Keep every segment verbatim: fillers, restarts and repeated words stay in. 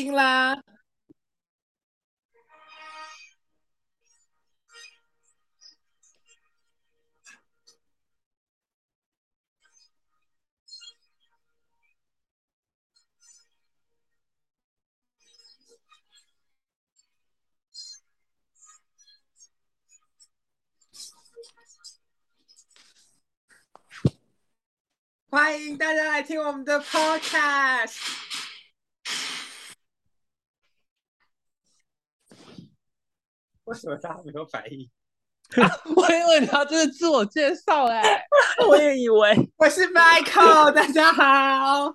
音啦。欢迎大家来听我们的 podcast。为什么大家没有反应？ 啊、我以为你要这个自我介绍哎、欸， 我也以为我是 Michael， 大家好。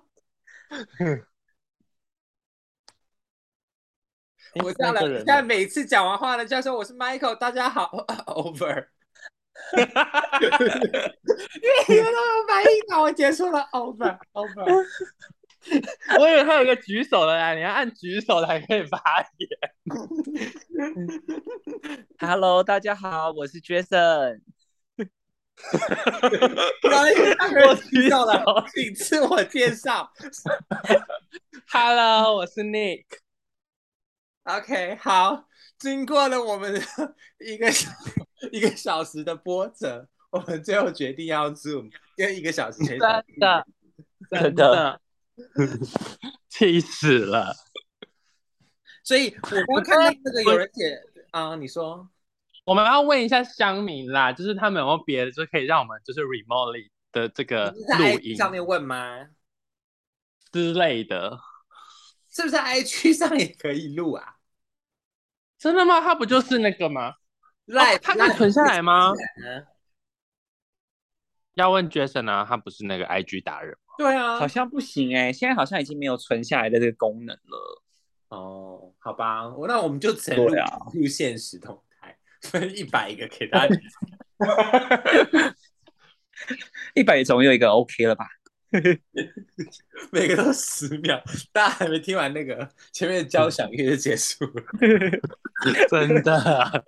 我这样了，现在每次讲完话呢，就要说我是 Michael， 大家好 ，over。因为有那种反应，那我结束了 ，over over。 我以为他有一个举手的啦，你要按举手才可以发言。 Hello， 大家好，我是 Jason。 我举手了，请自我介绍。 Hello， 我是 Nick。OK， 好，经过了我们的一个一个小时的波折，我们最后决定要 Zoom， 因为一个小时前真的真的气死了。 所以我刚刚看到那个有人写啊、嗯，你说我们要问一下乡民啦，就是他们有没有别的就可以让我们就是 remotely 的这个录音上面问吗之类的， 是不是 I G 上也可以录啊？ 真的吗？他不就是那个吗？ 赖、 哦，他可以存下来吗？ 来要问 Jason 啊，他不是那个 I G 达人吗？ 对啊， 好像不行哎、欸，现在好像已经没有存下来的这个功能了。 哦，好吧，那我们就只能录啊， 录现实动态，分一百个给大家。 一百总有一个 OK 了吧？ 每个都十秒，大家还没听完那个前面的交响乐就结束了。 真的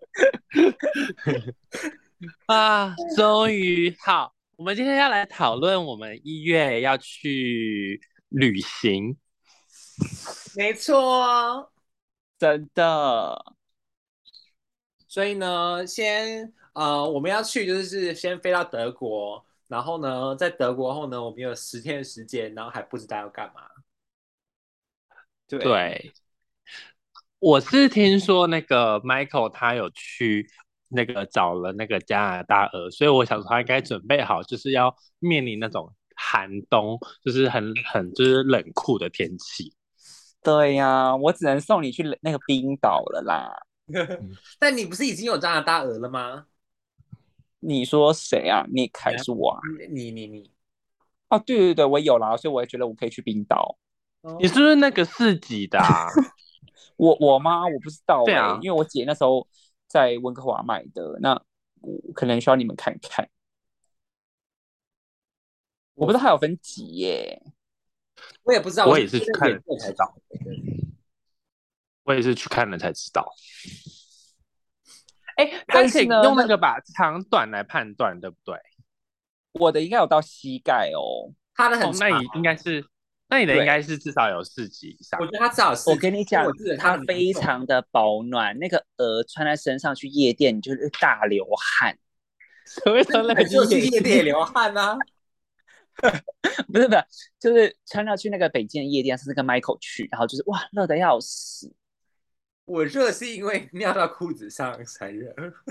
啊，终于好，我们今天要来讨论我们一月要去旅行。 没错， 真的。 所以呢，先呃，我们要去就是先飞到德国，然后呢，在德国后呢，我们有十天的时间，然后还不知道要干嘛。 对， 对，我是听说那个 Michael 他有去那个找了那个加拿大鹅，所以我想说他应该准备好，就是要面临那种寒冬，就是很很就是冷酷的天气。 对呀、啊，我只能送你去那个冰岛了啦。 但你不是已经有加拿大鹅了吗？ 你说谁啊？你还是我啊？ 你你你哦，对对对，我有啦，所以我也觉得我可以去冰岛。 你是不是那个四级的啊？ 我我吗？我不知道哎、欸啊， 因为我姐那时候在温哥华买的，那我可能需要你们看看。我不知道它有分级耶、欸， 我也不知道， 我也是去看了才知道。 我也是去看了才知道。哎，他可以用那个吧长短来判断，对不对？ 我的应该有到膝盖哦。 他的很长、哦，那你应该是，那你的应该是至少有四级以上。 我觉得他至少是。 我跟你讲，它非常的保暖，那个鹅穿在身上去夜店，你就是大流汗。 为什么就去夜店流汗啊？ 不是不是，就是穿到去那个北京的夜店，是跟 Michael 去，然后就是哇，热的要死。 我热是因为尿到裤子上才热。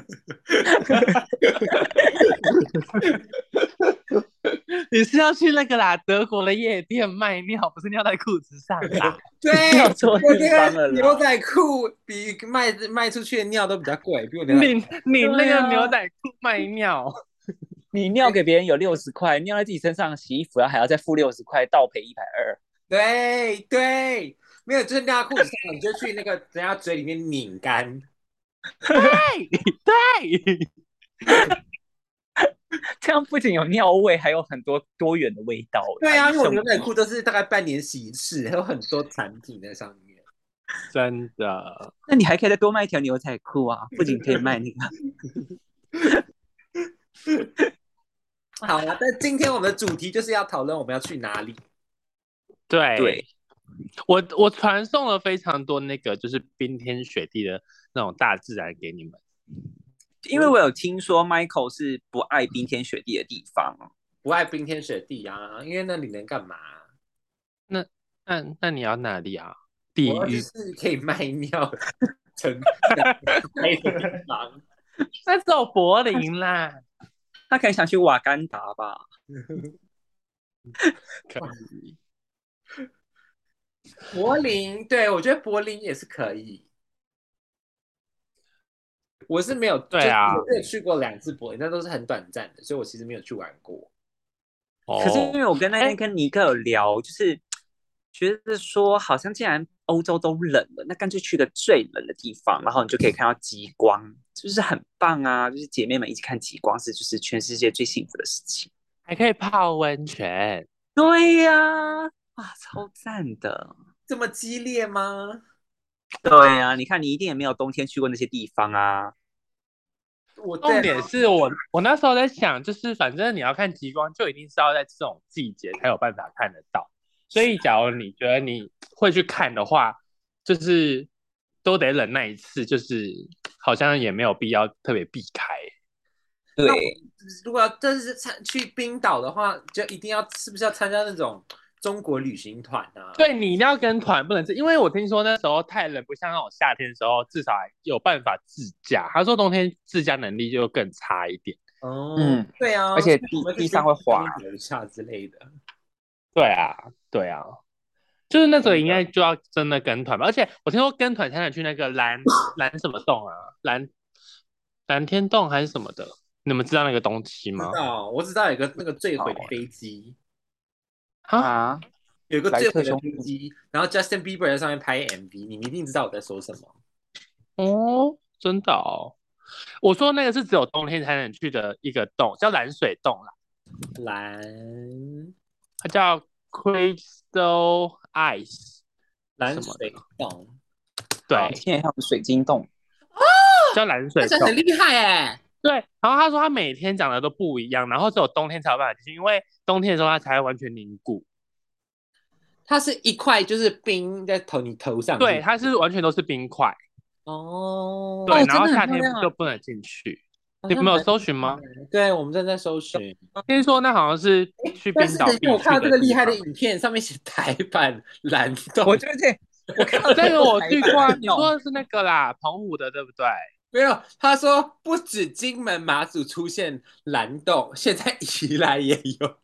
你是要去那个啦，德国的夜店卖尿，不是尿在裤子上啦。 对， 尿错地方了啦。 牛仔裤比卖卖出去的尿都比较贵，比我你你那个牛仔裤卖尿， 你尿给别人有六十块，尿在自己身上洗衣服，然后还要再付六十块，倒赔一百二。 对对，没有，就是尿在裤子上，你就去那个人家嘴里面拧干。 对对。 这样不仅有尿味，还有很多多元的味道。 对啊，因为我牛仔裤都是大概半年洗一次，还有很多产品在上面。 真的？ 那你还可以再多卖一条牛仔裤啊，不仅可以卖那个。 好了，但今天我们的主题就是要讨论我们要去哪里。 对， 对， 我我传送了非常多那个就是冰天雪地的那种大自然给你们， 因为我有听说 Michael 是不爱冰天雪地的地方。 不爱冰天雪地啊，因为那里能干嘛？ 那那那你要哪里啊？地我就狱？ 是可以卖尿成黑的地方。 那只有柏林啦。 他可能想去瓦干达吧？ 可以。 柏林，对我觉得柏林也是可以。我是没有， 对啊， 我只有去过两次柏林，但都是很短暂的，所以我其实没有去玩过。 哦、 可是因为我跟那天跟尼克有聊，就是觉得说，好像既然欧洲都冷了，那干脆去个最冷的地方，然后你就可以看到极光，就是很棒啊！就是姐妹们一起看极光是就是全世界最幸福的事情， 还可以泡温泉。 对呀、啊，哇，超赞的！ 这么激烈吗？ 对啊，你看你一定也没有冬天去过那些地方啊。 我重点是我我那时候在想，就是反正你要看极光，就一定是要在这种季节才有办法看得到。所以，假如你觉得你会去看的话，就是都得忍耐一次，就是好像也没有必要特别避开。 对， 如果要真是参去冰岛的话，就一定要是不是要参加那种中国旅行团啊？ 对，你一定要跟团，不能自，因为我听说那时候太冷，不像那种夏天的时候，至少有办法自驾。他说冬天自驾能力就更差一点。 哦， 嗯， 对啊， 而且地地上会滑， 留下之类的。 对啊，对啊，就是那种应该就要真的跟团吧。而且我听说跟团才能去那个蓝蓝什么洞啊，蓝蓝天洞还是什么的，你们知道那个东西吗？ 知道，我知道有个那个坠毁的飞机啊， 有个坠毁的飞机，然后 Justin Bieber 在上面拍 M V， 你们一定知道我在说什么。 哦，真的哦。我说那个是只有冬天才能去的一个洞，叫蓝水洞啦。 蓝， 它叫 Crystal Ice， 蓝水洞。 对， 现在像水晶洞哦， 叫蓝水洞， 很厉害哎。 对，然后他说他每天长得都不一样，然后只有冬天才有办法进去，因为冬天的时候它才会完全凝固。 它是一块就是冰在头你头上， 对，它是完全都是冰块。 哦， 对，然后夏天就不能进去。你们有搜寻吗？ 对，我们正在搜寻。 听说那好像是去冰岛必去的。 我看到这个厉害的影片，上面写台版蓝洞。 我觉得这我看到这个我去过，你说的是那个啦，澎湖的对不对？ 没有，他说不止金门马祖出现蓝洞，现在宜兰也有。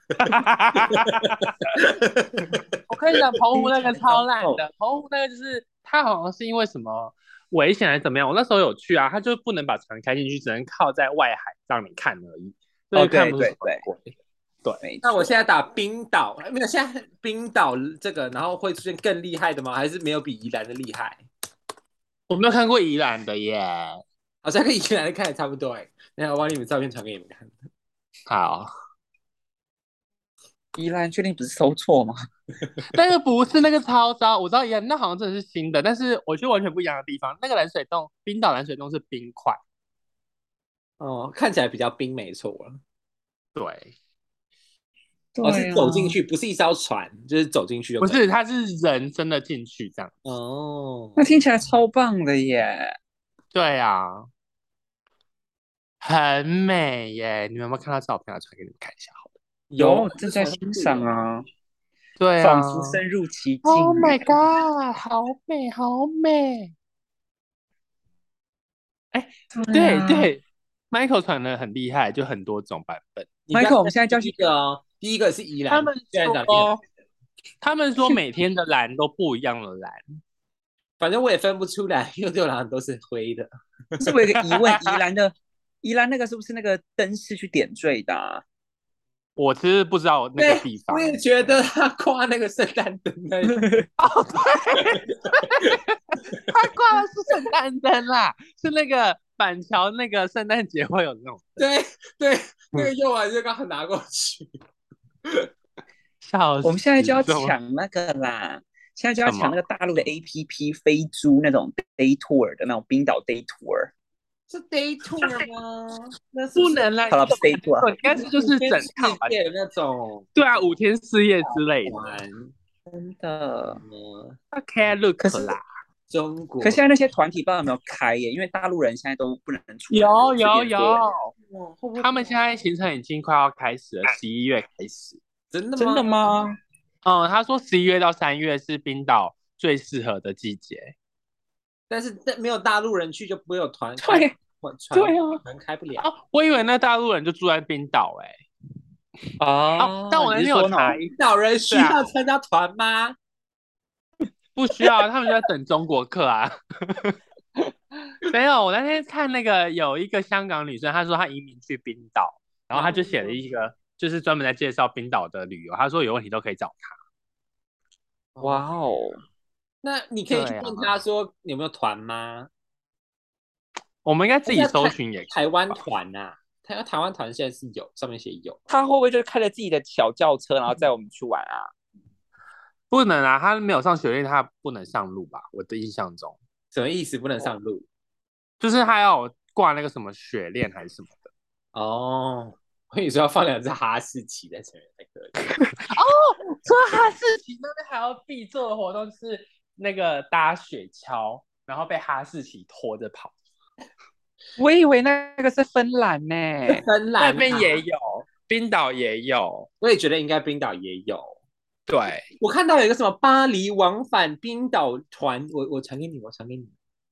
我跟你讲，澎湖那个超烂的，澎湖那个就是它好像是因为什么危险还是怎么样，我那时候有去啊，它就不能把船开进去，只能靠在外海让你看而已，所以看不出什么鬼。对， 那我现在打冰岛，没有，现在冰岛这个，然后会出现更厉害的吗？还是没有比宜兰的厉害？ 我没有看过宜兰的耶， 好像跟宜兰的看的差不多哎。那我把你们照片传给你们看。 好， 宜兰确定不是搜错吗？ 那个不是，那个超糟，我知道宜兰那好像真的是新的，但是我觉得完全不一样的地方。那个蓝水洞，冰岛蓝水洞是冰块， 哦，看起来比较冰，没错了。 对。 哦，是走进去，不是一艘船，就是走进去就。 不是，他是人真的进去这样。 哦， 那听起来超棒的耶！ 对啊，很美耶！你们有没有看到照片？我传给你们看一下，好了。 有，正在欣赏啊。 对啊， 仿佛深入其境。 Oh my god， 好美，好美！哎，对、啊、对 ，Michael 传的很厉害，就很多种版本。 Michael， 我们现在就要第一个哦，第一个是宜兰， 他们说，他们说每天的蓝都不一样的蓝， 反正我也分不出来，因为对我来讲都是灰的。 是我有一个疑问，宜兰的宜兰那个是不是那个灯是去点缀的、啊？ 我其实不知道那个地方， 我也觉得他挂那个圣诞灯那哦，对，他挂的是圣诞灯啦，是那个板桥那个圣诞节会有那种， 对对，那个用完就刚好拿过去。 笑死！ 我们现在就要抢那个啦，现在就要抢那个大陆的 A P P 飞猪那种 day tour 的那种冰岛 day tour。 是 day tour 吗？那是不能啦， 好了 ，day tour 应该是就是整趟夜那种。 对啊，五天四夜之类的。 真的。 嗯， 那 Klook 可是啦， 中国。 可现在那些团体不知道有没有开耶？因为大陆人现在都不能出国， 有就有有， 变说哇，会不会他们现在行程已经快要开始了，十一月开始。 真的吗？ 真的吗？ 嗯，他说十一月到三月是冰岛最适合的季节。 但是没有大陆人去就不会有团开， 对船对啊， 船开不了。 哦，我以为那大陆人就住在冰岛哎、欸。哦，但啊， 我那你是说那种天有查， 冰岛人需对啊， 要参加团吗？ 不需要，他们就在等中国客啊。没有，我那天看那个有一个香港女生，她说她移民去冰岛，然后她就写了一个，就是专门在介绍冰岛的旅游。她说有问题都可以找她。 哇哦， 那你可以去对啊问他说有没有团吗？ 我们应该自己而且台搜寻也可以台湾吧团呐、台台湾团现在是有，上面写有。 他会不会就开着自己的小轿车，然后载我们去玩啊？ 不能啊，他没有上学历，他不能上路吧？我的印象中， 什么意思？不能上路？ 就是他要挂那个什么雪链还是什么的。 哦，我跟你说要放两只哈士奇在前面才可以。 哦，说哈士奇那边还要必做的活动就是那个搭雪橇，然后被哈士奇拖着跑。 我以为那个是芬兰呢。 芬兰、啊、 那边也有，冰岛也有。 我也觉得应该冰岛也有。 对， 我看到有一个什么巴黎往返冰岛团，我我传给你，我传给你。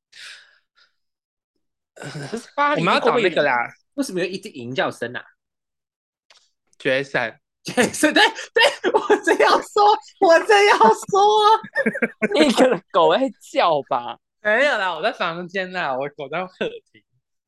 可是巴黎我们要找会不会有点那个啦， 为什么有一只吟叫声啊？ 决赛。 是，对对，我正要说，我正要说， 那个狗在叫吧？ 没有啦，我在房间啦，我狗在客厅。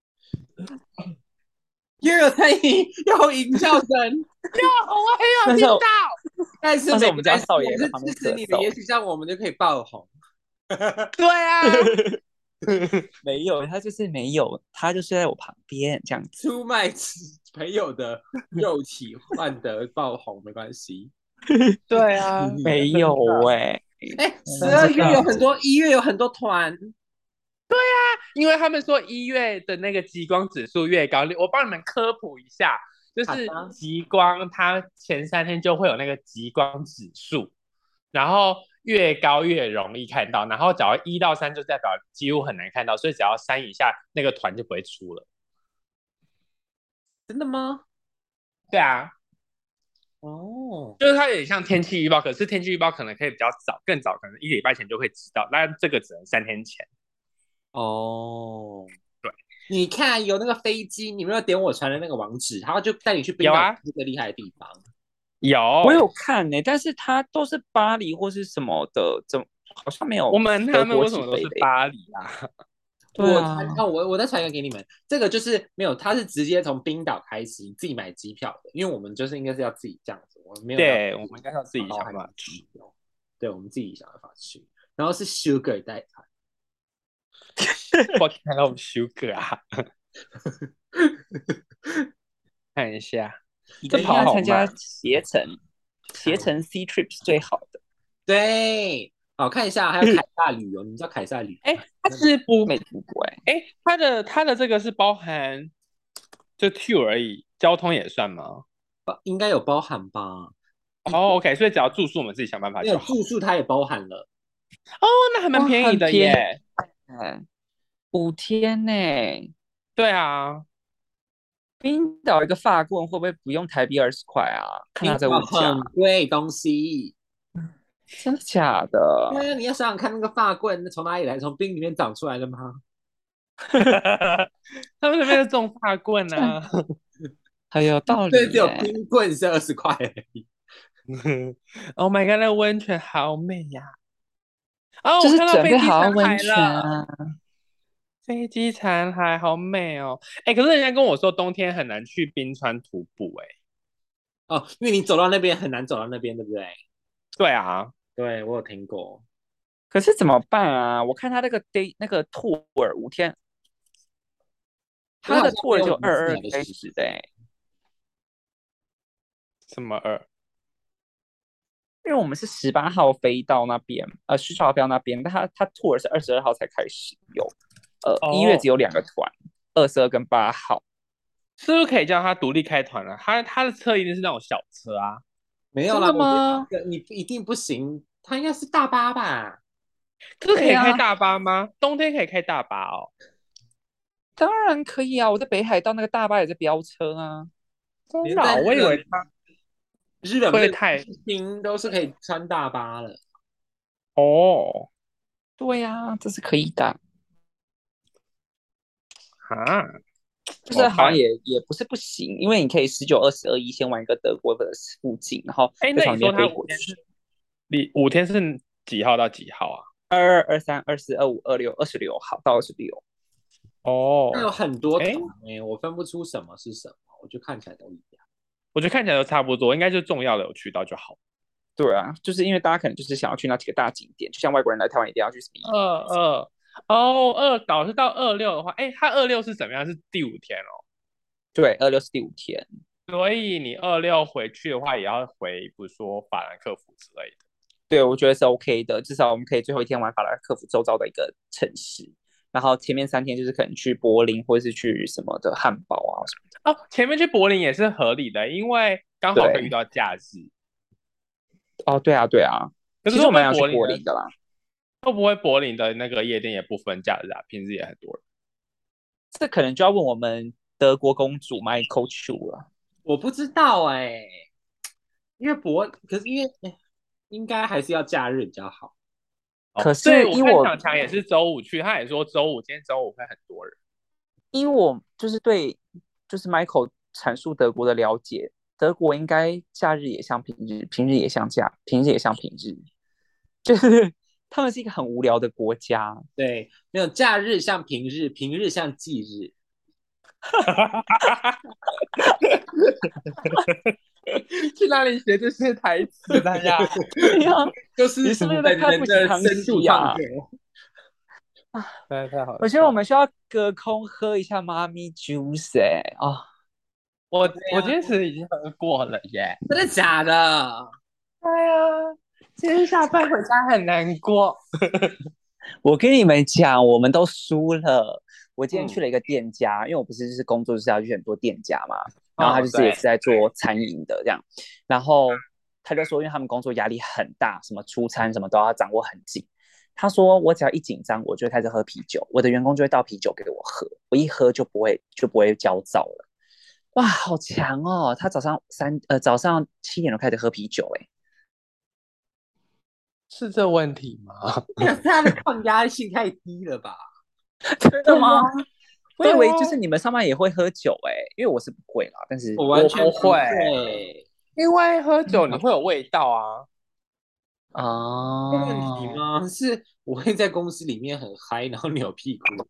又有声音，又有吟叫声， 哟，我也有听到。 但是那是我们家少爷我是在旁边支持你的， 咳嗽也许像我们就可以爆红。 对啊， 没有，他就是没有，他就睡在我旁边这样子。 出卖朋友的肉体换得爆红没关系。 对啊， 没有哎、 哎，十二月有很多，一月有很多团。 因为他们说一月的那个极光指数越高，我帮你们科普一下，就是极光它前三天就会有那个极光指数，然后越高越容易看到，然后只要一到三就代表几乎很难看到，所以只要三以下那个团就不会出了。 真的吗？ 对啊， 哦， 就是它有点像天气预报，可是天气预报可能可以比较早，更早，可能一个礼拜前就会知道，但这个只能三天前。 哦， 对， 你看有那个飞机，你没有点我传的那个网址，然后就带你去冰岛有啊这个厉害的地方。 有， 我有看呢、欸，但是它都是巴黎或是什么的，怎么好像没有我们他们为什么都是德国起飞的欸巴黎啊？ 对啊我传哦，我我再传一个给你们，这个就是没有，它是直接从冰岛开始，你自己买机票的，因为我们就是应该是要自己这样子，我们没有对，我们应该要自己想办法去。 对，我们自己想办法去，然后是 Sugar 带团。 我看到 Sugar 啊，看一下， 这跑好跑参加慢。 携程，携程 C Trip 是最好的。 对，好看一下，还有凯撒旅游，你知道凯撒旅游？ 哎，它是不没读过哎， 哎，它的它的这个是包含就 tour 而已，交通也算吗？ 应该有包含吧？ 哦，OK，所以只要住宿我们自己想办法没有就好。 住宿，它也包含了。 哦，那还蛮便宜的耶。 哎，五天呢、 对啊， 冰岛一个法棍会不会不用台币二十块啊？看它这物价很，贵东西。 真的假的？ 对啊，你要想想看，那个发棍从哪里来？从冰里面长出来的吗？ 他们那边是种发棍啊。 很有道理对，只有耶。 冰棍是二十块而已。 Oh my god，那温泉好美呀！哦， 就是我看到准备好飞机残温泉骸了， 啊！ 飞机残骸好美哦。哎，可是人家跟我说冬天很难去冰川徒步，哎。 哦，因为你走到那边很难走到那边，对不对？ 对啊， 对，我有听过。 可是怎么办啊？我看他那个 day 那个 tour 五天，他的 tour 就二二开始的哎。 什么二？ 因为我们是十八号飞到那边，呃，十九号飞到那边，但他他 tour 是二十二号才开始有，呃，一、 哦月只有两个团，二十二跟八号。 是不是可以叫他独立开团啊？他他的车一定是那种小车啊。 没有啦， 真的吗？ 我觉得你一定不行， 它应该是大巴吧？ 这可以对啊开大巴吗？冬天可以开大巴哦。 当然可以啊，我在北海道那个大巴也在飙车啊。 真的哦、 连在那个我以为它日本最会太新都是可以穿大巴了。 哦对呀、这是可以的， 啊， 就是好像我看， 也也不是不行，因为你可以十九、二十、二一先玩一个德国的附近，然后哎， 再从那边那你说它飞过去。 五天是你五天是几号到几号啊？ 二二、二三、二四、二五、二六、二十六号到二十六。 它有哦， 很多哎， 团哎、我分不出什么是什么，我就看起来都一样。 我觉得看起来都差不多，应该就重要的有去到就好。 对啊，就是因为大家可能就是想要去那几个大景点，就像外国人来台湾一定要去什么二二哦，二导是到二六的话，哎，它二六是怎么样？是第五天哦， 对，二六是第五天。 所以你二六回去的话，也要回，比如说法兰克福之类的。 对，我觉得是 OK 的，至少我们可以最后一天玩法兰克福周遭的一个城市，然后前面三天就是可能去柏林或者是去什么的汉堡啊什么的。 哦，前面去柏林也是合理的，因为刚好会遇对， 到假日。 哦，对啊，对啊， 可是会不会其实我们要去柏林的柏林的啦。 会不会柏林的那个夜店也不分假日啊？平日也很多人。 这可能就要问我们德国公主 Michael Chu 了。 我不知道哎、因为博，可是因为、哎应该还是要假日比较好。 可哦，对，我看是以我强强也是周五去，他也说周五今天周五会很多人。 因为我就是对就是 Michael 阐述德国的了解，德国应该假日也像平日，平日也像假，平日也像平日，就是他们是一个很无聊的国家。 对，那种假日像平日，平日像忌日。 去哪里学这些台词的呀？ 对呀、 就是你是不是在本看不人的起康深度创熙呀、 作。 啊？ 太太好我觉得我笑了。 们需要隔空喝一下妈咪 juice 哎、欸、啊！ 我对啊， 我今天其实已经喝过了耶。 真的假的？ 对啊，今天下班回家很难过。 我跟你们讲，我们都输了。我今天去嗯， 了一个店家，因为我不是就是工作就是要去很多店家嘛，然后他哦， 就是也对， 是在做餐饮的这样，然后他就说，因为他们工作压力很大，什么出餐什么都要掌握很紧。他说我只要一紧张，我就会开始喝啤酒，我的员工就会倒啤酒给我喝，我一喝就不会就不会焦躁了。哇，好强哦！他早上三呃早上七点就开始喝啤酒，哎， 是这问题吗？ 那个他的抗压性太低了吧？ 真的吗？ 对呀， 我以为对啊， 就是你们上班也会喝酒哎、因为我是不会啦，但是我完我不全不会， 会。 因为喝酒你好会有味道啊。 这问题哦， 吗？是我会在公司里面很嗨，然后扭屁股。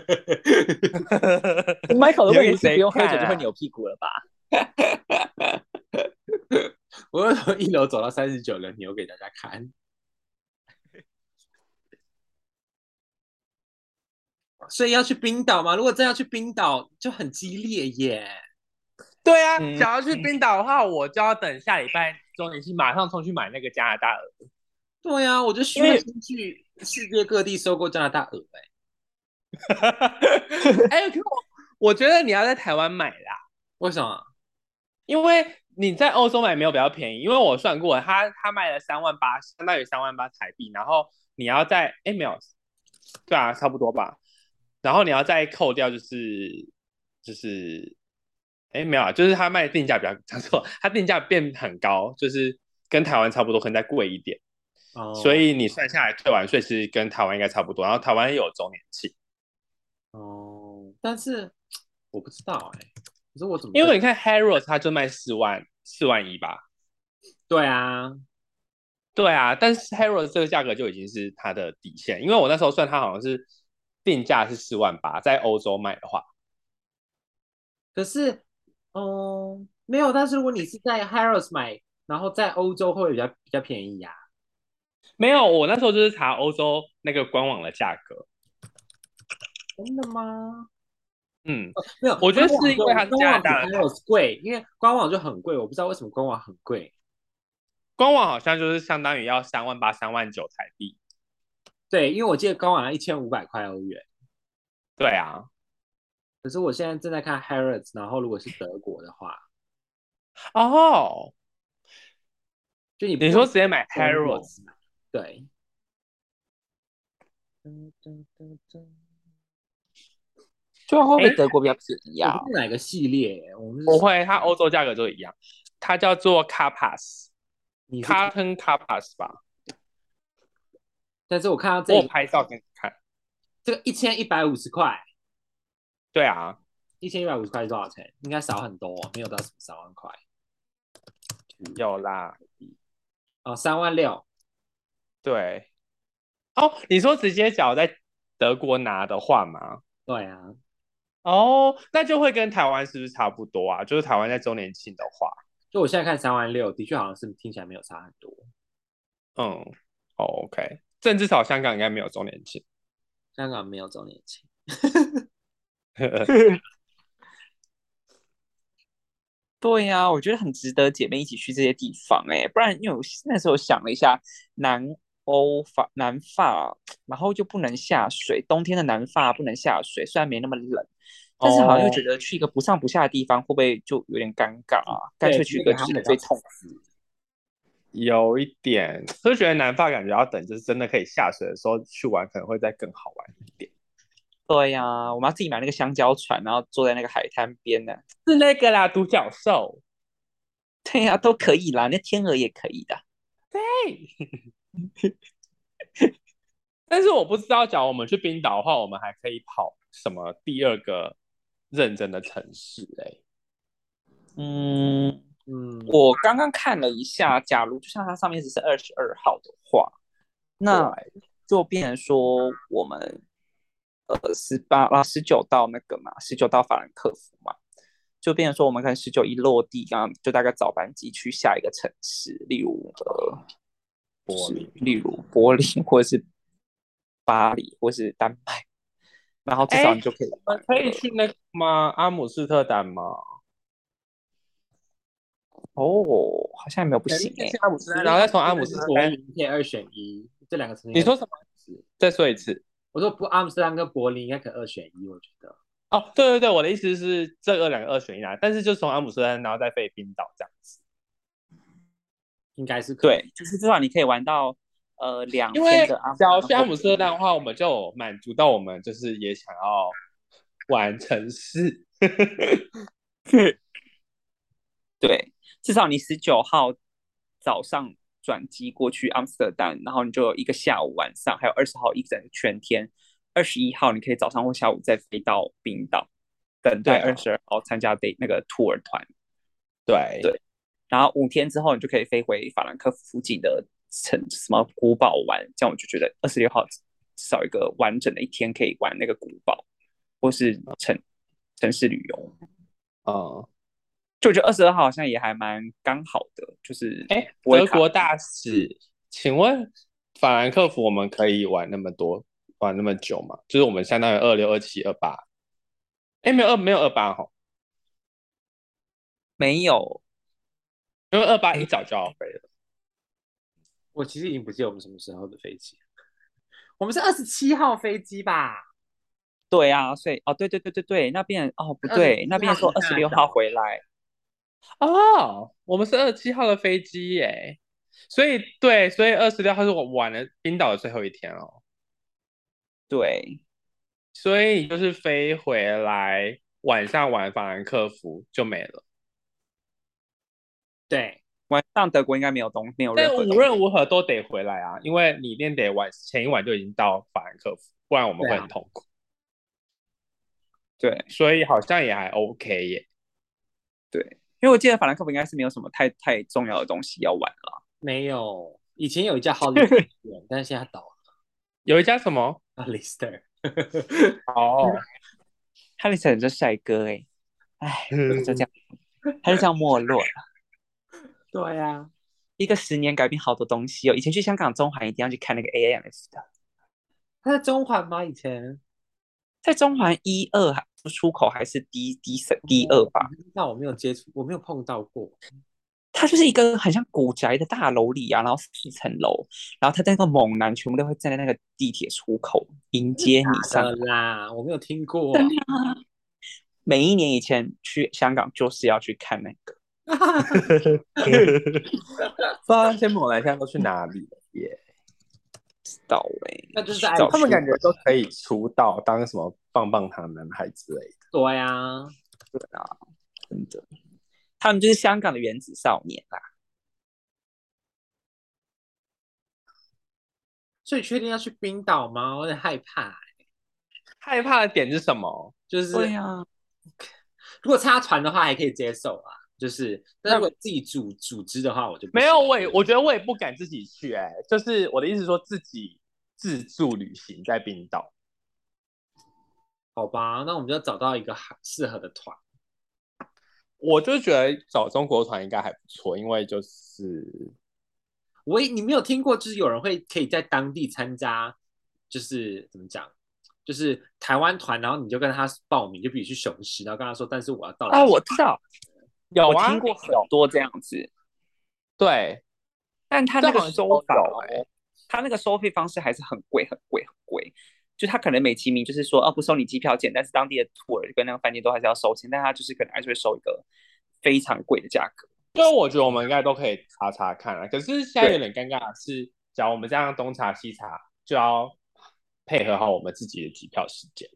Michael 的你要给问题是不谁用喝酒看啊？ 就会扭屁股了吧？ 我又从一楼走到三十九楼，扭给大家看。所以要去冰岛吗？如果真要去冰岛，就很激烈耶。 对啊， 嗯， 想要去冰岛的话，我就要等下礼拜周年庆，马上冲去买那个加拿大鹅。 对呀、我就需要因为先去世界各地收购加拿大鹅哎。 哎，可我我觉得你要在台湾买啦， 为什么？ 因为你在欧洲买没有比较便宜，因为我算过，他他卖了三万八，相当于三万八台币，然后你要在哎没有，对啊，差不多吧，然后你要再扣掉就是就是哎没有啊，就是他卖的定价比较讲错，他定价变很高，就是跟台湾差不多，可能再贵一点，所哦以你算下来退完税是跟台湾应该差不多，然后台湾也有周年庆。 哦，但是我不知道哎、可是我怎么会？ 因为你看 Harrods 它就卖四万四万一吧， 对啊， 对啊，但是 Harrods 这个价格就已经是它的底线，因为我那时候算它好像是定价是四万八，在欧洲卖的话， 可是，哦，没有。但是如果你是在 Harrods 买，然后在欧洲会比较比较便宜呀、 没有，我那时候就是查欧洲那个官网的价格， 真的吗？ 嗯， 没有， 我觉得官网就是因为它是加拿官网比大的台， Harrods 贵，因为官网就很贵，我不知道为什么官网很贵。 官网好像就是相当于要三万八、三万九台币， 对，因为我记得官网要一千五百块欧元， 对啊， 可是我现在正在看 Harrods，然后如果是德国的话， 哦， 就你不你用说直接买官网 Harrods， 买， 对， 最后会不会哎， 德国比较便宜啊？ 我不是哪个系列，我们是不会，它欧洲价格就一样，它叫做 Carpas，Carton 你是， Carpas 吧？ 但是我看到我这个有拍照给你看。 这个一千一百五十块， 对啊， 一千一百五十块是多少钱？应该少很多，没有到三万块。 有啦， 哦，三万六。 对。哦，你说直接缴在德国拿的话吗？ 对啊， 哦，那就会跟台湾是不是差不多啊？就是台湾在周年庆的话， 就我现在看三万六，的确好像是听起来没有差很多。 嗯，哦，OK，但至少香港应该没有周年庆。 香港没有周年庆。 对呀、啊，我觉得很值得姐妹一起去这些地方哎、欸，不然因为我那时候想了一下，南欧法南法，然后就不能下水，冬天的南法不能下水，虽然没那么冷，但是好像又觉哦， 得去一个不上不下的地方，会不会就有点尴尬啊？干对， 脆去一个就是那个他们比较最痛有一点，就觉得南法感觉要等，就是真的可以下水的时候去玩，可能会再更好玩一点。 对呀、啊，我们要自己买那个香蕉船，然后坐在那个海滩边呢。 是那个啦，独角兽。 对呀、啊，都可以啦，那天鹅也可以的。 对，但是我不知道，假如我们去冰岛的话，我们还可以跑什么第二个认真的城市、欸？哎， 嗯， 嗯， 我刚刚看了一下，假如就像它上面只是二十二号的话，那对， 就变成说我们呃十八啊十九到那个嘛，十九到法兰克福嘛，就变成说我们可能十九一落地，刚刚就大概早班机去下一个城市，例如呃，就是柏林。 例如柏林或者是巴黎或是丹麦，然后至少哎， 你就可以我们可以去那个吗？阿姆斯特丹吗？ 哦，好像也没有不可以行哎、 去阿姆斯特丹， 因为然后再从阿姆阿姆斯特丹斯特丹。 跟柏林可以二选一，这两个城市应该你说什么？ 是。 再说一次。 我说不，阿姆斯特丹跟柏林应该可二选一，我觉得哦，对对对，我的意思是这个两个二选一啊，但是就从阿姆斯特丹，然后再飞冰岛这样子。 应该是可以。 对，就是至少你可以玩到呃两因为天的阿姆， 只要然后去阿姆斯特丹的话，我们就有满足到我们就是也想要玩城市。 对，至少你十九号早上转机过去阿姆斯特丹，然后你就有一个下午晚上，还有二十号一整个全天，二十一号你可以早上或下午再飞到冰岛，等待对啊， 二十二号参加的那个 tour 团。 对， 对，然后五天之后你就可以飞回法兰克福附近的城什么古堡玩，这样我就觉得二十六号至少一个完整的一天可以玩那个古堡或是城城市旅游。 嗯， 就我觉得二十二号好像也还蛮刚好的，就是哎， 不会卡。 德国大使，请问法兰克福我们可以玩那么多，玩那么久吗？就是我们相当于二六、二七、二八，哎，没有二没有二八哈， 没有， 因为二八一早就要飞了。 我其实已经不记得我们什么时候的飞机，我们是二十七号飞机吧？ 对啊，所以哦，对对对对对，那边哦不二十对，那七号边说二十六号回来， 哦，我们是二十七号的飞机耶，所以对，所以二十六号是我玩了冰岛的最后一天哦， 对所以就是飞回来晚上玩法兰克福就没了。 对， 晚上德国应该没有东没有任但何东西， 无论如何都得回来啊，因为你一定得晚前一晚就已经到法兰克福，不然我们对啊会很痛苦。 对所以好像也还 OK 耶。 对，因为我记得法兰克福应该是没有什么太太重要的东西要玩了。 没有，以前有一家 Hollister，但是现在倒了。 有一家什么？ Hollister， 哦， 哈利森是帅哥哎，哎，就这样，他就这样没落了。 对呀， 一个十年改变好多东西哦。以前去香港中环一定要去看那个 A M F 的， 他在中环吗？以前？ 在中环一二出口还是 D D 三 D 二哦， 吧？ 那我没有接触，我没有碰到过。 它就是一个很像古宅的大楼里啊，然后四层楼，然后他那个猛男全部都会站在那个地铁出口迎接你假的上来。 啦，我没有听过。 真的啊！每一年以前去香港就是要去看那个。 不知道那些猛男现在都去哪里了耶？ 知道哎、 那就是在找他们感觉书都可以出道当什么棒棒糖男孩之类的。 对啊， 真的，他们就是香港的原子少年啦。 所以确定要去冰岛吗？我有点害怕、欸， 害怕的点是什么？ 就是对啊， 如果插团的话还可以接受啊，就是但是如果自己组组织的话，我就不行没有，我也我觉得我也不敢自己去、欸，哎，就是我的意思说自己自助旅行在冰岛。 好吧，那我们就要找到一个适合的团。 我就觉得找中国团应该还不错，因为就是我你没有听过，就是有人会可以在当地参加，就是怎么讲，就是台湾团，然后你就跟他报名，就比如去雄狮，然后跟他说，但是我要到啊，我知道， 有啊， 我听过很多这样子， 对， 但他那个收法哦， 哎、欸， 他那个收费方式还是很贵，很贵，很贵。就他可能美其名就是说，哦，不收你机票钱，但是当地的 tour 跟那个饭店都还是要收钱，但他就是可能还是会收一个非常贵的价格。 所以我觉得我们应该都可以查查看啊。可是现在有点尴尬的是，假如我们这样东查西查，就要配合好我们自己的机票时间。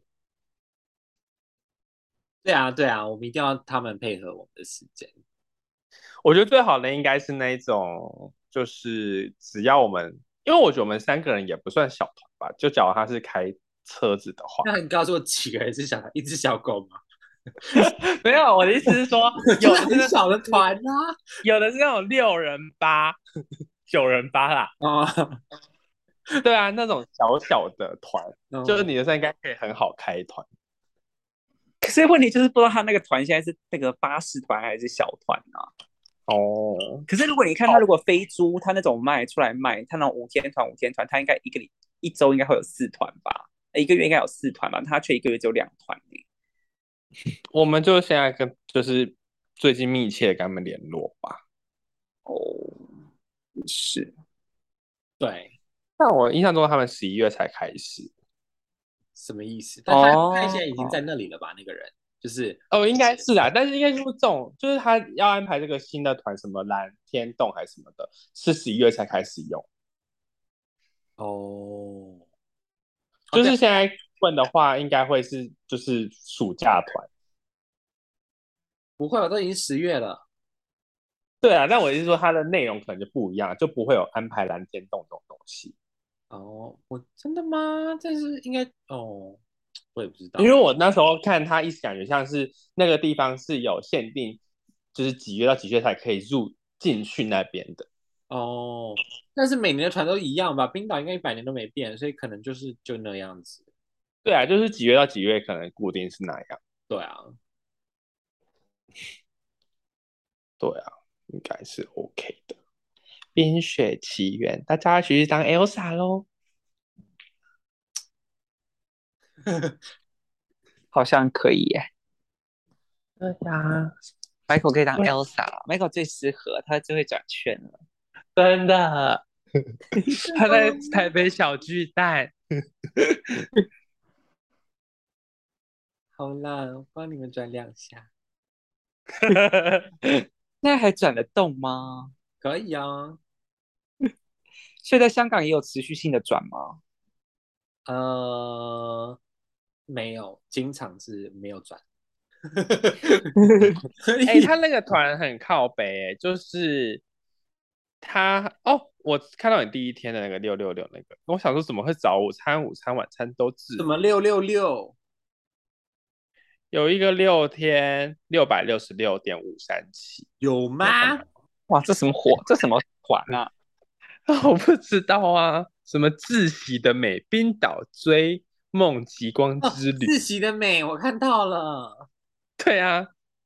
对啊，对啊，我们一定要他们配合我们的时间。 我觉得最好的应该是那一种，就是只要我们，因为我觉得我们三个人也不算小团吧，就假如他是开车子的话， 那你告诉我几个人是小一只小狗吗？ 没有，我的意思是说，有的是很小的团啊， 有的是那种六人八、九人八啦。 哦， 对啊，那种小小的团， 哦就是你的车应该可以很好开团。 可是问题就是不知道他那个团现在是那个巴士团还是小团啊？ 哦， 可是如果你看他如果飞猪，他那种卖出来卖，他那种五天团五天团，他应该一个一周应该会有四团吧？一个月应该有四团吧？他却一个月只有两团呢。 我们就现在跟就是最近密切的跟他们联络吧。 哦，是， 对， 但我印象中他们十一月才开始。 什么意思？但他、 哦他现在已经在那里了吧？那个人就是哦，应该是啊，但是应该就是这种，就是他要安排这个新的团，什么蓝天洞还是什么的，是十一月才开始用。 哦， 就是现在问的话，应该会是就是暑假团。 不会，我都已经十月了。 对啊，但我是说它的内容可能就不一样，就不会有安排蓝天洞这种东西。 哦，我真的吗？但是应该哦，我也不知道。 因为我那时候看他意思感觉像是那个地方是有限定，就是几月到几月才可以入进去那边的。 哦，但是每年的团都一样吧？冰岛应该一百年都没变，所以可能就是就那样子。 对啊，就是几月到几月可能固定是那样。 对啊， 对啊，应该是 OK 的。冰雪奇缘，大家一起去当 Elsa 咯。 好像可以耶。 对呀， Michael 可以当 Elsa，Michael 最适合，他最会转圈了。 真的。他在台北小巨蛋。 好啦，我帮你们转两下。 那还转得动吗？ 可以啊。 所以在香港也有持续性的转吗？ 呃，没有，经常是没有转。 哎、欸，他那个团很靠北、欸，就是他哦，我看到你第一天的那个六六六那个，我想说怎么会早午餐、午餐、晚餐都自什么六六六？ 有一个六天六百六十六点五三七， 有吗？ 哇，这什么火？这什么团啊？ 我不知道啊，什么自喜的美冰岛追梦极光之旅？ 自喜的美，我看到了。 对啊，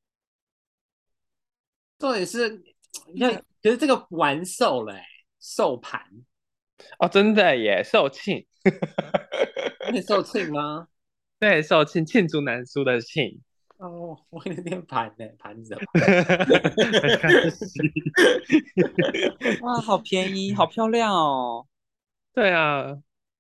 重点是，你看，可是这个完售了、欸，售盘。 哦，真的耶，售罄。 你售罄吗？ 对，售罄，罄竹难书的罄。 哦，我有点盘呢，盘子。 哇，好便宜，好漂亮哦！ 对啊，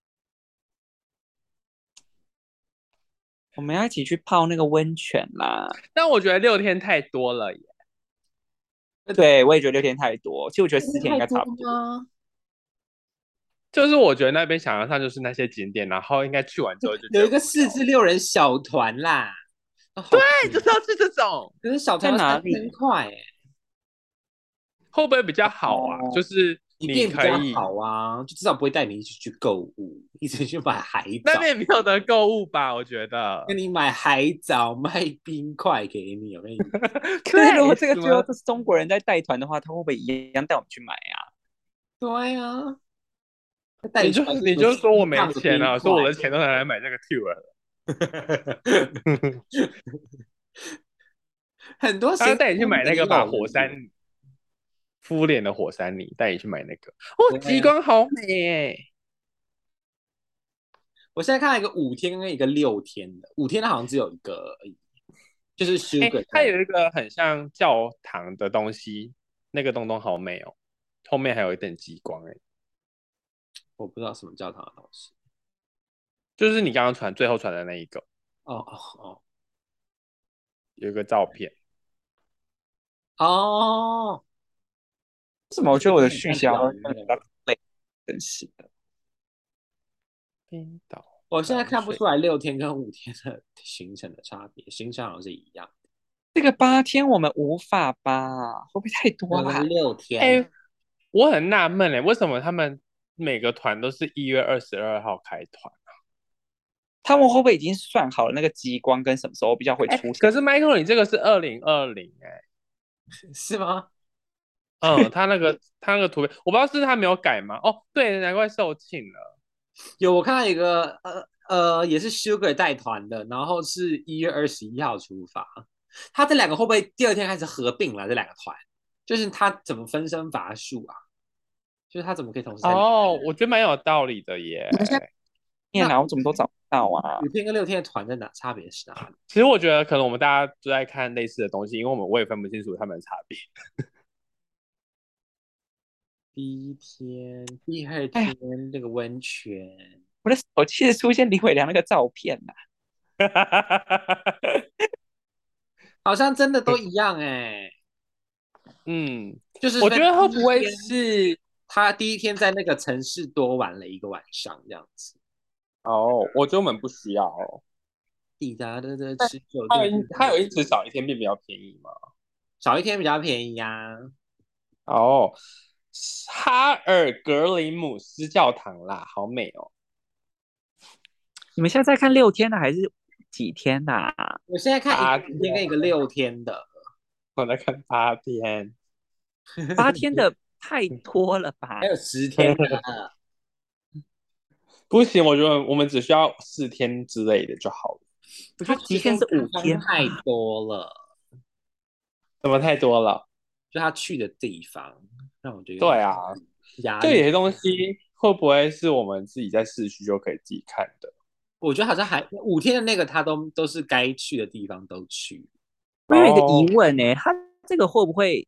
我们要一起去泡那个温泉啦。 但我觉得六天太多了耶。 对，我也觉得六天太多，其实我觉得四天应太多该差不多。 吗？ 就是我觉得那边想象上就是那些景点，然后应该去完之后就有一个四至六人小团啦，哦、好对，就是要去这种， 可是小团要三千块哎， 会不会比较好啊？ 哦就是一你定比较可以好啊，就至少不会带你一起去购物，一起去买海藻， 那边没有得购物吧？我觉得跟你买海藻，卖冰块给你，我跟你讲。 可是如果这个什么？ 最后都是中国人在带团的话，他会不会一样带我们去买啊？ 对啊，带你就你去买你就说我没的钱啊，说我的钱都拿来买这个 tour 了。 很多行他要带你去程买那个吧， 没有火山泥，敷脸的火山泥，带你去买那个。哦，极对啊， 光好美耶！ 我现在看到一个五天跟一个六天的，五天的好像只有一个而已，就是哎， Sugar 它在， 有一个很像教堂的东西，那个东东好美哦，后面还有一点极光哎， 我不知道什么教堂的东西。 就是你刚刚传最后传的那一个， 哦哦哦有一个照片。 哦， 为什么我觉得我的讯看息好像表那个， 比较累，真是的。 冰岛我现在淡水， 看不出来六天跟五天的行程的差别，行程好像是一样。 这个八天我们无法吧？会不会太多啦？ 六天， 哎，我很纳闷哎，为什么他们每个团都是一月二十二号开团？ 他们会不会已经算好了那个极光跟什么时候比较会哎， 出现？ 可是 Michael，你这个是二零二零哎， 是吗？ 嗯，他那个他那个图片，我不知道是他没有改吗？哦，对，难怪售罄了。 有，我看到一个呃呃，也是 Sugar 带团的，然后是一月二十一号出发。他这两个会不会第二天开始合并了？这两个团，就是他怎么分身乏术啊？就是他怎么可以同时在？ 哦，我觉得蛮有道理的耶。 你们现在念那啊，我怎么都找不到啊？ 五天跟六天的团在哪？差别是哪里？ 其实我觉得可能我们大家都在看类似的东西，因为我们我也分不清楚他们的差别。 第一天、第二哎呀， 天那个温泉， 我的手机出现林伟良那个照片呐、 好像真的都一样哎、 嗯， 就是我觉得在第一会不会天， 是他第一天在那个城市多玩了一个晚上，这样子。 哦？我觉得我们不需要哦。 抵达的的持久它度有它有一直少一天变比较便宜吗？ 少一天比较便宜呀、啊。 哦，哈尔格林姆斯教堂啦，好美哦。 你们现在在看六天的还是几天的、啊？ 我现在看一个八五天跟一个六天的， 我在看八天。 八天的太多了吧？ 还有十天的， 不行，我觉得我们只需要四天之类的就好了。 我觉它得极限是五天太吧。 多了， 怎么太多了？ 就他去的地方让我觉得有点对啊， 压力。 就有些东西会不会是我们自己在市区就可以自己看的？ 我觉得好像还五天的那个，他都都是该去的地方都去。 我有一个疑哦， 问呢、欸他这个会不会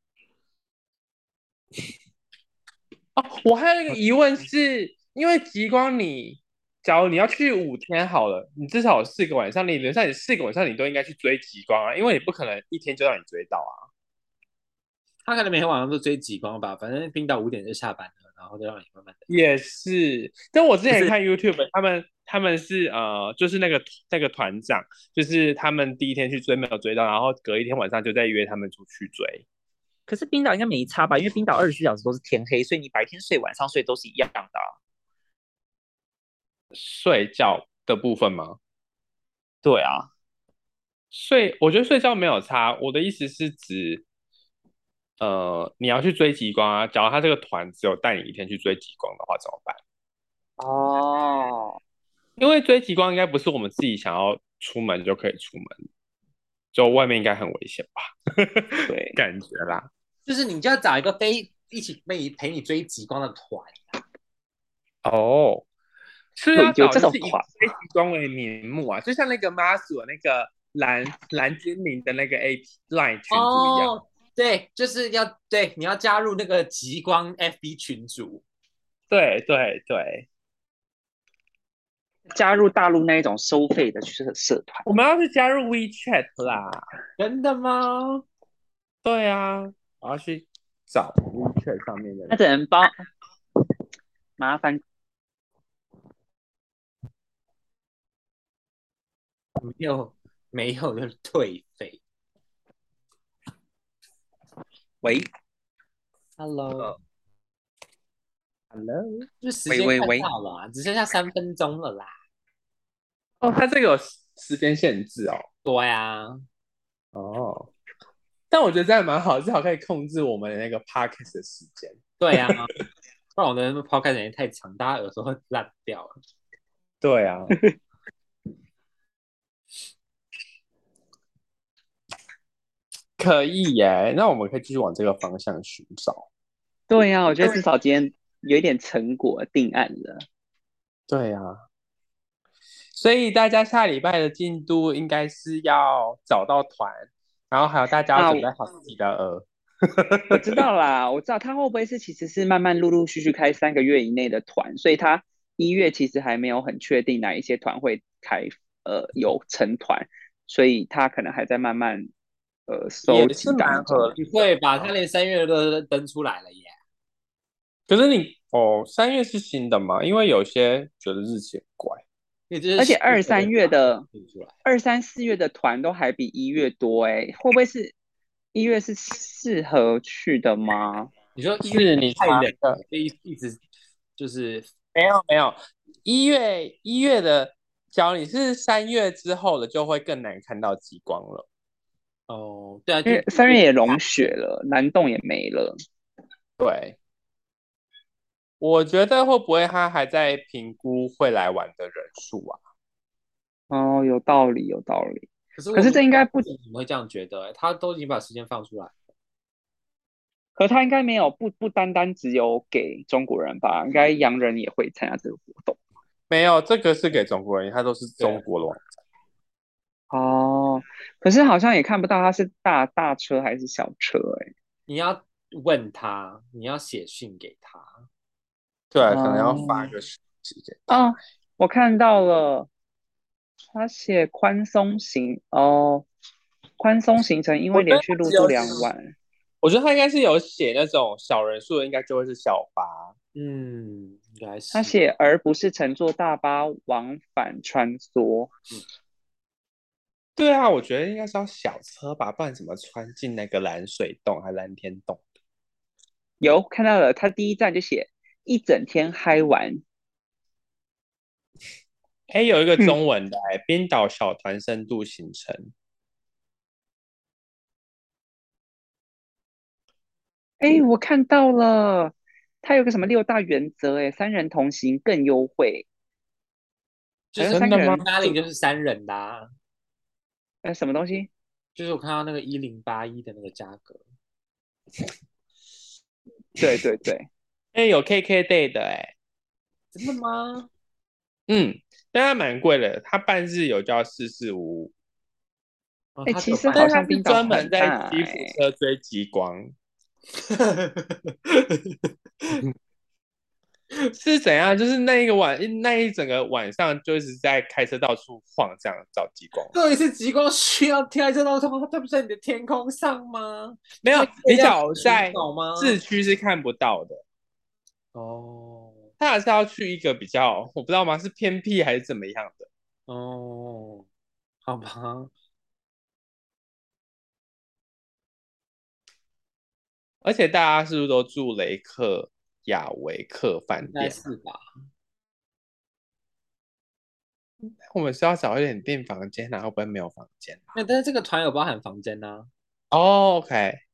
哦，我还有一个疑问是，因为极光你，假如你要去五天好了，你至少有四个晚上，你理论上你四个晚上你都应该去追极光啊，因为你不可能一天就让你追到啊。 他可能每天晚上都追极光吧，反正冰岛五点就下班了，然后就让你慢慢的。 也是，但我之就是前看 YouTube，他们他们是呃，就是那个那个团长，就是他们第一天去追没有追到，然后隔一天晚上就再约他们出去追。 可是冰岛应该没差吧？因为冰岛二十四小时都是天黑，所以你白天睡、晚上睡都是一样的啊。 睡觉的部分吗？ 对啊， 睡，我觉得睡觉没有差。我的意思是指，呃，你要去追极光啊，假如他这个团只有带你一天去追极光的话，怎么办？ 哦， 因为追极光应该不是我们自己想要出门就可以出门，就外面应该很危险吧？ 对， 感觉啦。 就是你就要找一个非一起陪你陪你追极光的团， 哦，是要有有找就是以这种团非极光为名目啊，就像那个妈祖的那个蓝蓝精灵的那个 A P Line 群组一样。 哦，对，就是要对你要加入那个极光 F B 群组， 对对对， 加入大陆那一种收费的社社团。 我们要去加入 WeChat 啦。 真的吗？ 对啊，我要去找 WeChat 上面的那只能帮麻烦没有没有的退费。 喂 Hello， Hello， 就是时喂间快喂喂， 到了啊，只剩下三分钟了啦。 哦，它这个有时时间限制哦。 对啊， 哦，但我觉得这样蛮好，至少可以控制我们的那个 podcast 的时间。 对啊，不然我的 podcast 时间太长，大家耳朵会烂掉了。 对啊，可以耶。那我们可以继续往这个方向寻找。 对呀、我觉得至少今天有一点成果定案了。 对啊，所以大家下礼拜的进度应该是要找到团，然后还有大家要啊， 准备好自己的鹅。 我知道啦，我知道他会不会是其实是慢慢陆陆续续开三个月以内的团，所以他一月其实还没有很确定哪一些团会开，呃，有成团，所以他可能还在慢慢呃收也是集当中。 蛮合理的不会吧？他啊。 连三月都登出来了耶！ 可是你哦，三月是新的吗？因为有些觉得日期很怪。 也就是而且十月的二三月团都的登出来。 二三四月的团都还比一月多哎，会不会是一月是适合去的吗？ 你说一月是你太冷查的？ 了，一一直就是没有没有，一月一月的，假如你是三月之后的，就会更难看到极光了。 哦，对啊，就因为三月也融雪了，南洞也没了。 对，我觉得会不会他还在评估会来玩的人数啊？ 哦，有道理，有道理。可可是我们是这应该不， 怎么会这样觉得？他都已经把时间放出来。 可他应该没有不不单单只有给中国人吧？应该洋人也会参加这个活动。 没有，这个是给中国人，他都是中对， 国的网站。 哦，可是好像也看不到他是大大车还是小车哎。 你要问他，你要写信给他。 对啊，可能要发哦个讯息给他。 哦，我看到了，他写宽松行哦，宽松行程，因为我觉得连续入住他只有， 两晚。 我觉得他应该是有写那种小人数的，应该就会是小巴。 嗯，应该他是。 写而不是乘坐大巴往返穿梭。 对啊，我觉得应该是要小车吧，不然怎么穿进那个蓝水洞还蓝天洞？ 有看到了，他第一站就写一整天嗨玩。 哎，有一个哼， 中文的哎，冰岛小团深度行程。 哎，我看到了，他有个什么六大原则，哎，三人同行更优惠，好像就是真的吗？ 三个人住， 嘉玲就是三人的啊， 呃，什么东西？ 就是我看到那个一零八一的那个价格。 对对对， 哎，有 K K day 的哎。 真的吗？ 嗯，但它蛮贵的，它半日游就要四四五五， 哦， 哎， 他就其实好但是它像冰岛是专门很大， 在吉普哎， 车追极光。是怎样？就是那一个晚，那一整个晚上就一直在开车到处晃，这样找极光。 到底是极光需要贴在这道通，它不是在你的天空上吗？ 没有， 不是月你亮脚在寻找吗？ 市区是看不到的， 哦他还是要去一个比较，我不知道吗？是偏僻还是怎么样的？ 哦，好吧， 而且大家是不是都住雷克雅维克饭应该店啊？ 是吧。 我们是要早一点订房间啊，会不会没有房间啊？ 那但是这个团有包含房间呢、 哦，OK，